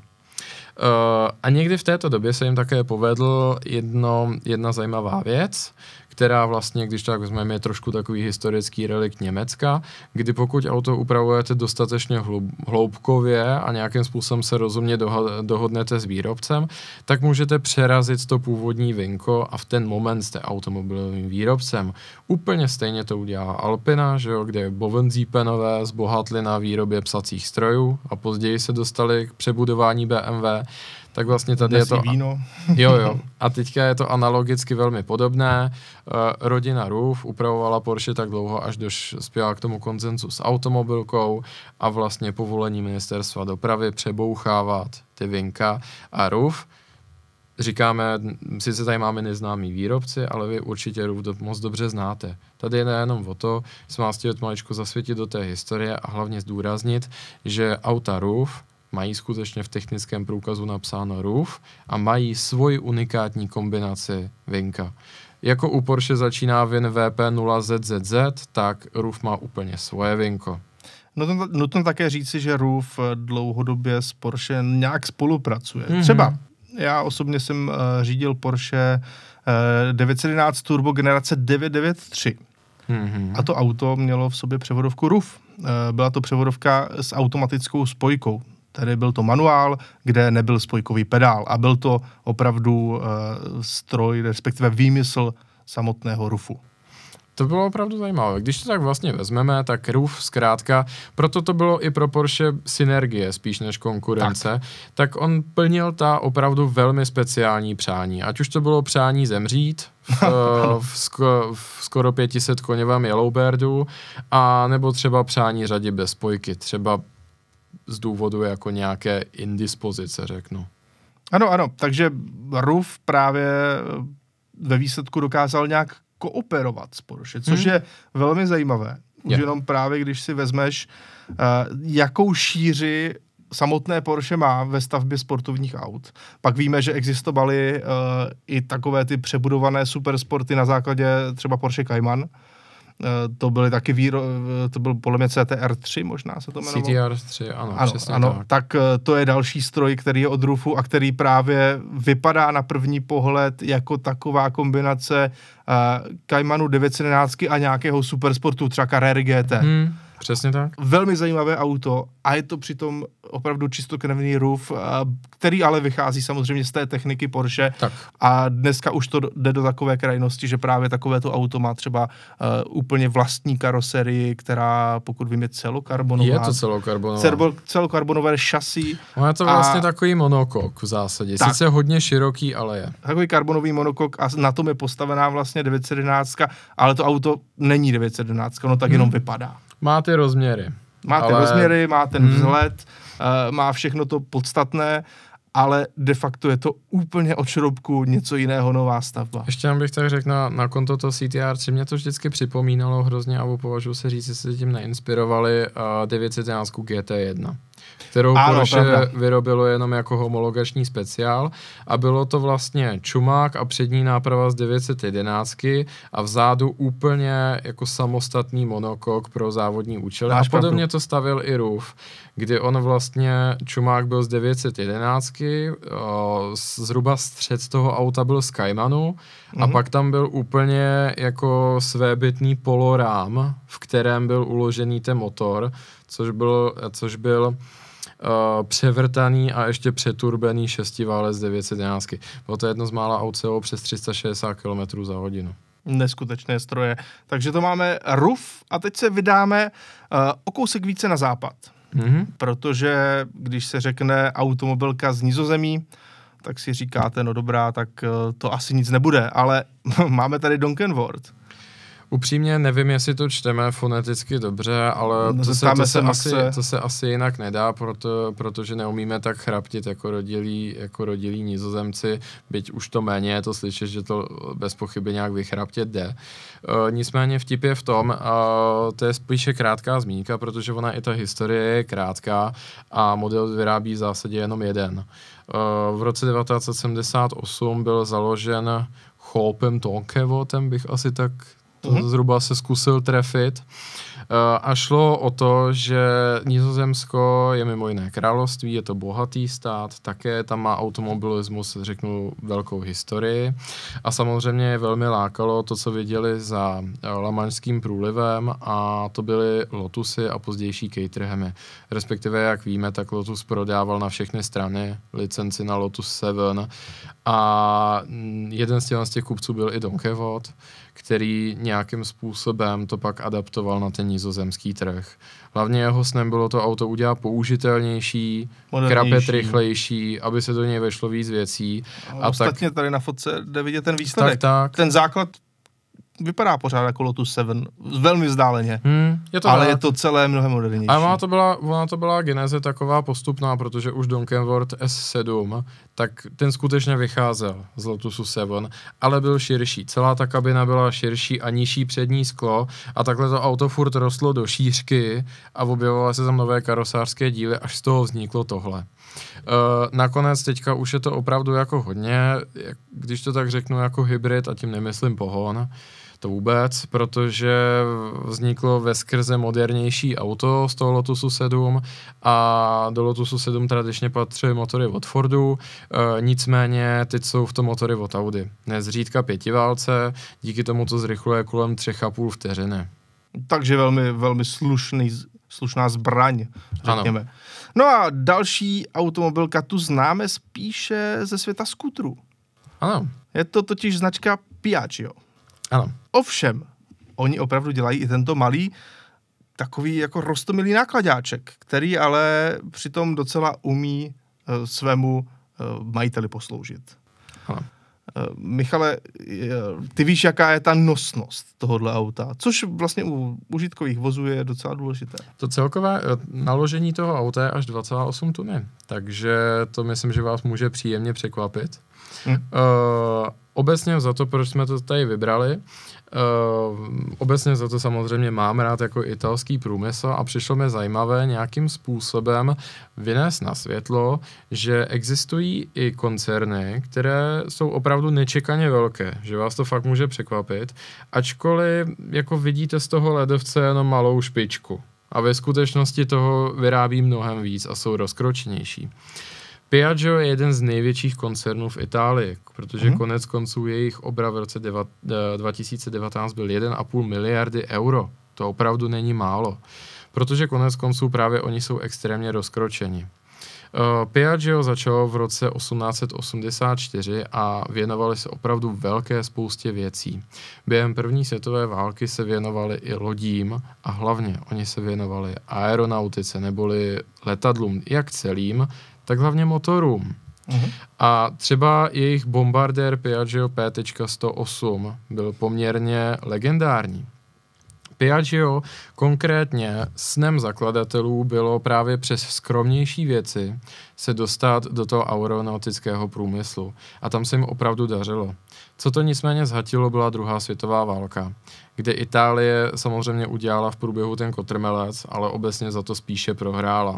A někdy v této době se jim také povedl jedna zajímavá věc, která vlastně, když tak vezmeme, je trošku takový historický relikt Německa, kdy pokud auto upravujete dostatečně hloubkově a nějakým způsobem se rozumně dohodnete s výrobcem, tak můžete přerazit to původní vinko a v ten moment jste automobilovým výrobcem. Úplně stejně to udělala Alpina, že jo, kde Bovenziepenové zbohatli na výrobě psacích strojů a později se dostali k přebudování BMW. Tak vlastně tady je to... víno. Jo. A teďka je to analogicky velmi podobné. Rodina RUF upravovala Porsche tak dlouho, až dospěla k tomu konsenzu s automobilkou a vlastně povolení ministerstva dopravy přebouchávat ty vinka a RUF. Říkáme, sice tady máme neznámý výrobci, ale vy určitě RUF moc dobře znáte. Tady je nejenom o to, jsme vás chtěli maličko zasvětit do té historie a hlavně zdůraznit, že auta RUF mají skutečně v technickém průkazu napsáno RUF a mají svoji unikátní kombinaci vinka. Jako u Porsche začíná VIN VP0ZZZ, tak RUF má úplně svoje vinko. Nutno také říci, že RUF dlouhodobě s Porsche nějak spolupracuje. Třeba já osobně jsem řídil Porsche 911 Turbo generace 993. A to auto mělo v sobě převodovku RUF. Byla to převodovka s automatickou spojkou. Tedy byl to manuál, kde nebyl spojkový pedál a byl to opravdu stroj, respektive výmysl samotného RUFu. To bylo opravdu zajímavé. Když to tak vlastně vezmeme, tak RUF zkrátka, proto to bylo i pro Porsche synergie spíš než konkurence, tak on plnil ta opravdu velmi speciální přání. Ať už to bylo přání zemřít v skoro 500 koněvém Yellowbirdu, a nebo třeba přání řadit bez spojky, třeba z důvodu jako nějaké indispozice, řeknu. Ano, takže RUF právě ve výsledku dokázal nějak kooperovat s Porsche, což je velmi zajímavé. Už jenom právě, když si vezmeš, jakou šíři samotné Porsche má ve stavbě sportovních aut. Pak víme, že existovaly i takové ty přebudované supersporty na základě třeba Porsche Cayman. To byly taky to byl podle mě CTR3, možná se to jmenovalo. CTR3, ano, přesně tak. Tak to je další stroj, který je od RUFu a který právě vypadá na první pohled jako taková kombinace Caymanu 911 a nějakého supersportu, třeba Carrera GT. Přesně tak. Velmi zajímavé auto a je to přitom opravdu čistokrevný RUF, který ale vychází samozřejmě z té techniky Porsche. Tak. A dneska už to jde do takové krajnosti, že právě takovéto auto má třeba úplně vlastní karoserii, která, pokud vím, je celokarbonová. Je to celokarbonová. Celokarbonové šasí. No je to vlastně takový monokok v zásadě. Tak. Sice hodně široký, ale je. Takový karbonový monokok a na tom je postavená vlastně 911, ale to auto není 911, no tak jenom vypadá. Má ty rozměry. Rozměry, má ten vzhled, má všechno to podstatné, ale de facto je to úplně od šroubku něco jiného, nová stavba. Ještě bych tak řekl na konto toho CTR3, mě to vždycky připomínalo hrozně, a považuji se říct, že se tím neinspirovali 911 GT1, kterou Porsche vyrobilo jenom jako homologační speciál a bylo to vlastně čumák a přední náprava z 911 a vzadu úplně jako samostatný monokok pro závodní účely. A podobně to stavil i RUF, kdy on vlastně čumák byl z 911, zhruba střed toho auta byl z Caymanu a pak tam byl úplně jako svébytný polorám, v kterém byl uložený ten motor, což byl převrtaný a ještě přeturbený šestiválec 911. Bylo to jedno z mála aut přes 360 km za hodinu. Neskutečné stroje. Takže to máme RUF a teď se vydáme o kousek více na západ. Protože když se řekne automobilka z Nizozemí, tak si říkáte, no dobrá, tak to asi nic nebude, ale máme tady Donkenvoort. Upřímně nevím, jestli to čteme foneticky dobře, ale to se asi jinak nedá, protože neumíme tak chraptit jako rodilí Nizozemci, byť už to méně je to slyšet, že to bez pochyby nějak vychraptět jde. Nicméně vtip je v tom, to je spíše krátká zmínka, protože ona i ta historie je krátká a model vyrábí v zásadě jenom jeden. V roce 1978 byl založen Chopem Donkenvoortem, bych asi tak zhruba se zkusil trefit. A šlo o to, že Nizozemsko je mimo jiné království, je to bohatý stát, také tam má automobilismus, řeknu, velkou historii. A samozřejmě je velmi lákalo to, co viděli za Lamanšským průlivem, a to byly Lotusy a pozdější Caterhamy. Respektive, jak víme, tak Lotus prodával na všechny strany licenci na Lotus 7 a jeden z těch kupců byl i Donkenvoort, který nějakým způsobem to pak adaptoval na ten nizozemský trh. Hlavně jeho snem bylo to auto udělat použitelnější, krapet rychlejší, aby se do něj vešlo víc věcí. A ostatně tady na fotce jde vidět ten výsledek. Tak. Ten základ vypadá pořád jako Lotus 7, velmi vzdáleně, je to celé mnohem modernější. Ale ona to byla geneze taková postupná, protože už Donkenworth S7, tak ten skutečně vycházel z Lotusu 7, ale byl širší. Celá ta kabina byla širší a nižší přední sklo a takhle to auto furt rostlo do šířky a objevovaly se tam nové karosářské díly, až z toho vzniklo tohle. Nakonec teďka už je to opravdu jako hodně, když to tak řeknu, jako hybrid, a tím nemyslím pohon, to vůbec, protože vzniklo veskrze modernější auto z toho Lotusu 7 a do Lotusu 7 tradičně patří motory od Fordu, nicméně teď jsou v tom motory od Audi. Nezřídka pětiválce, díky tomu to zrychluje kolem 3,5 vteřiny. Takže velmi, velmi slušná zbraň, řekněme. Ano. No a další automobilka tu známe spíše ze světa skutrů. Ano. Je to totiž značka Piaggio. Ano. Ovšem, oni opravdu dělají i tento malý, takový jako roztomilý nákladáček, který ale přitom docela umí svému majiteli posloužit. Ano. Michale, ty víš, jaká je ta nosnost tohohle auta, což vlastně u užitkových vozů je docela důležité. To celkové naložení toho auta je až 2,8 tuny, takže to myslím, že vás může příjemně překvapit. Obecně za to, proč jsme to tady vybrali, obecně za to samozřejmě mám rád jako italský průmysl a přišlo mi zajímavé nějakým způsobem vynést na světlo, že existují i koncerny, které jsou opravdu nečekaně velké, že vás to fakt může překvapit, ačkoliv jako vidíte z toho ledovce jenom malou špičku a ve skutečnosti toho vyrábí mnohem víc a jsou rozkročnější. Piaggio je jeden z největších koncernů v Itálii, protože konec konců jejich obrat v roce 2019 byl 1,5 miliardy euro. To opravdu není málo, protože konec konců právě oni jsou extrémně rozkročeni. Piaggio začalo v roce 1884 a věnovali se opravdu velké spoustě věcí. Během první světové války se věnovali i lodím a hlavně oni se věnovali aeronautice neboli letadlům jak celým, tak hlavně motorům. A třeba jejich bombardér Piaggio P.108 byl poměrně legendární. Piaggio konkrétně snem zakladatelů bylo právě přes skromnější věci se dostat do toho aeronautického průmyslu. A tam se jim opravdu dařilo. Co to nicméně zhatilo, byla druhá světová válka, kde Itálie samozřejmě udělala v průběhu ten kotrmelec, ale obecně za to spíše prohrála.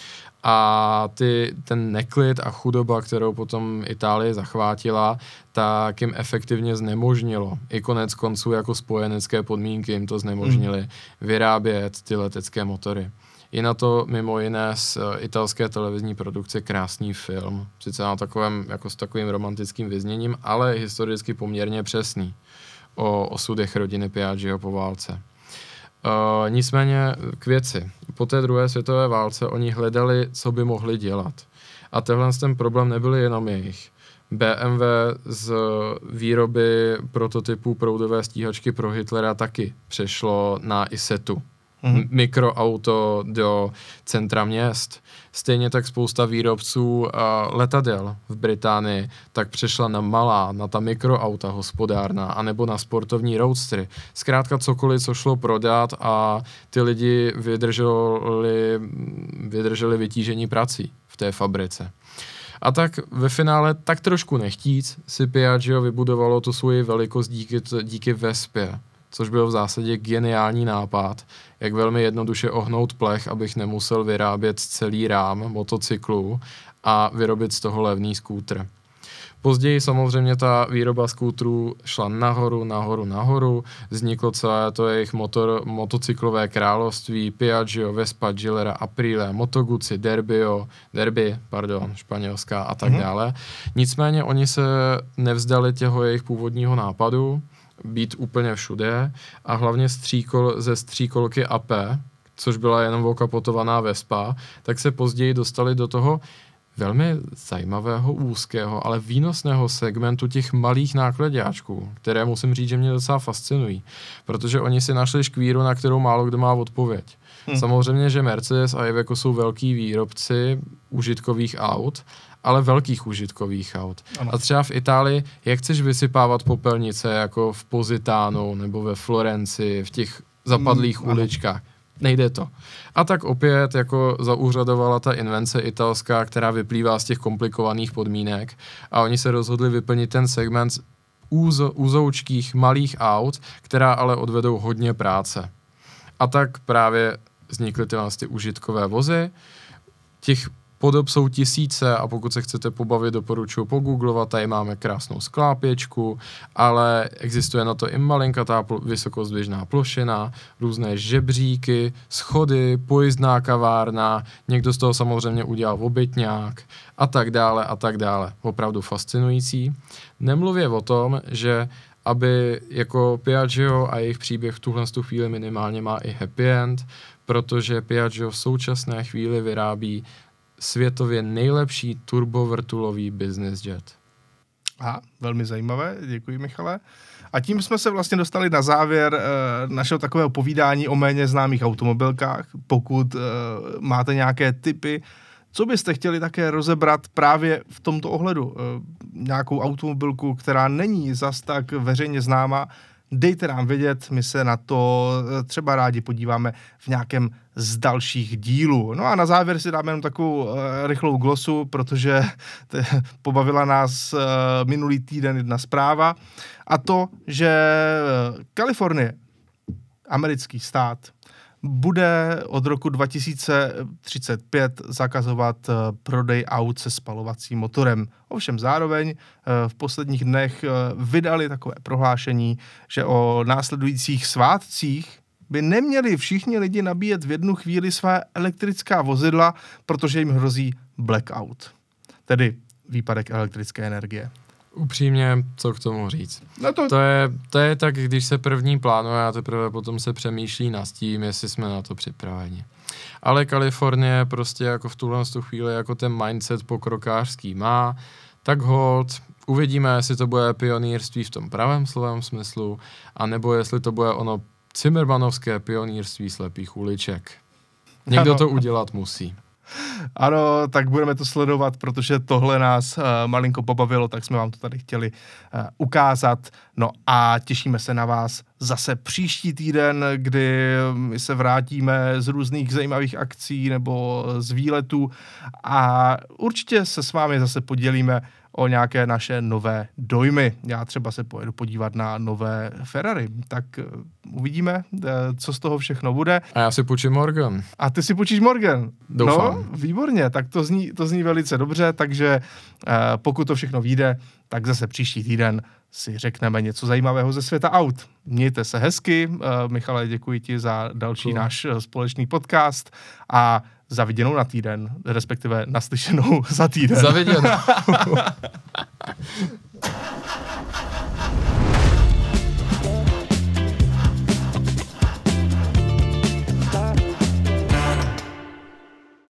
A ten neklid a chudoba, kterou potom Itálie zachvátila, tak jim efektivně znemožnilo. I konec konců jako spojenecké podmínky jim to znemožnili vyrábět ty letecké motory. I na to mimo jiné z italské televizní produkce krásný film, sice na takovém, jako s takovým romantickým vyzněním, ale historicky poměrně přesný o osudech rodiny Piaggio po válce. Nicméně k věci. Po té druhé světové válce oni hledali, co by mohli dělat. A ten problém nebyl jenom jejich. BMW z výroby prototypů proudové stíhačky pro Hitlera taky přešlo na Isetu. Mikroauto do centra měst. Stejně tak spousta výrobců letadel v Británii tak přešla na ta mikroauta hospodárná, anebo na sportovní roadstry. Zkrátka cokoliv, co šlo prodat a ty lidi vydrželi vytížení prací v té fabrice. A tak ve finále tak trošku nechtíc si Piaggio vybudovalo tu svoji velikost díky Vespě, což byl v zásadě geniální nápad, jak velmi jednoduše ohnout plech, abych nemusel vyrábět celý rám motocyklu a vyrobit z toho levný skútr. Později samozřejmě ta výroba skútrů šla nahoru, vzniklo celé to jejich motocyklové království, Piaggio, Vespa, Gilera, Aprilia, Moto Guzzi, Derby, španělská a tak dále. Nicméně oni se nevzdali těho jejich původního nápadu, být úplně všude a hlavně ze stříkolky AP, což byla jenom okapotovaná Vespa, tak se později dostali do toho velmi zajímavého, úzkého, ale výnosného segmentu těch malých nákladáčků, které musím říct, že mě docela fascinují, protože oni si našli škvíru, na kterou málo kdo má odpověď. Samozřejmě, že Mercedes a Iveco jsou velký výrobci užitkových aut, ale velkých užitkových aut. Ano. A třeba v Itálii, jak chceš vysypávat popelnice jako v Positánu nebo ve Florenci, v těch zapadlých uličkách? Nejde to. A tak opět jako zaúřadovala ta invence italská, která vyplývá z těch komplikovaných podmínek a oni se rozhodli vyplnit ten segment úzoučkých malých aut, která ale odvedou hodně práce. A tak právě vznikly ty užitkové vozy. Těch podob jsou tisíce a pokud se chcete pobavit, doporučuji pogooglovat, tady máme krásnou sklápěčku, ale existuje na to i malinkatá vysokozdvižná plošina, různé žebříky, schody, pojízdná kavárna, někdo z toho samozřejmě udělal obytňák a tak dále. Opravdu fascinující. Nemluvě o tom, že aby jako Piaggio a jejich příběh v tuhle chvíli minimálně má i happy end, protože Piaggio v současné chvíli vyrábí světově nejlepší turbovrtulový business jet. Velmi zajímavé, děkuji Michale. A tím jsme se vlastně dostali na závěr našeho takového povídání o méně známých automobilkách. Pokud máte nějaké tipy, co byste chtěli také rozebrat právě v tomto ohledu? Nějakou automobilku, která není zas tak veřejně známá, dejte nám vědět, my se na to třeba rádi podíváme v nějakém z dalších dílů. No a na závěr si dáme jenom takovou rychlou glosu, protože pobavila nás minulý týden jedna zpráva a to, že Kalifornie, americký stát, bude od roku 2035 zakazovat prodej aut se spalovacím motorem. Ovšem zároveň v posledních dnech vydali takové prohlášení, že o následujících svátcích by neměli všichni lidi nabíjet v jednu chvíli své elektrická vozidla, protože jim hrozí blackout, tedy výpadek elektrické energie. Upřímně, co k tomu říct? No to je tak, když se první plánuje a teprve potom se přemýšlí nad tím, jestli jsme na to připraveni. Ale Kalifornie prostě jako v tuhle chvíli jako ten mindset pokrokářský má, tak hold, uvidíme, jestli to bude pionýrství v tom pravém slovém smyslu, anebo jestli to bude ono Zimmermanovské pionýrství slepých uliček. Někdo to udělat musí. Ano, tak budeme to sledovat, protože tohle nás malinko pobavilo, tak jsme vám to tady chtěli ukázat. No a těšíme se na vás zase příští týden, kdy my se vrátíme z různých zajímavých akcí nebo z výletů a určitě se s vámi zase podělíme o nějaké naše nové dojmy. Já třeba se pojedu podívat na nové Ferrari, tak uvidíme, co z toho všechno bude. A já si půjčím Morgan. A ty si půjčíš Morgan? Doufám. No, výborně, tak to zní velice dobře, takže pokud to všechno vyjde, tak zase příští týden si řekneme něco zajímavého ze světa aut. Mějte se hezky, Michale, děkuji ti za další náš společný podcast a za viděnou na týden, respektive naslyšenou za týden. Za viděnou.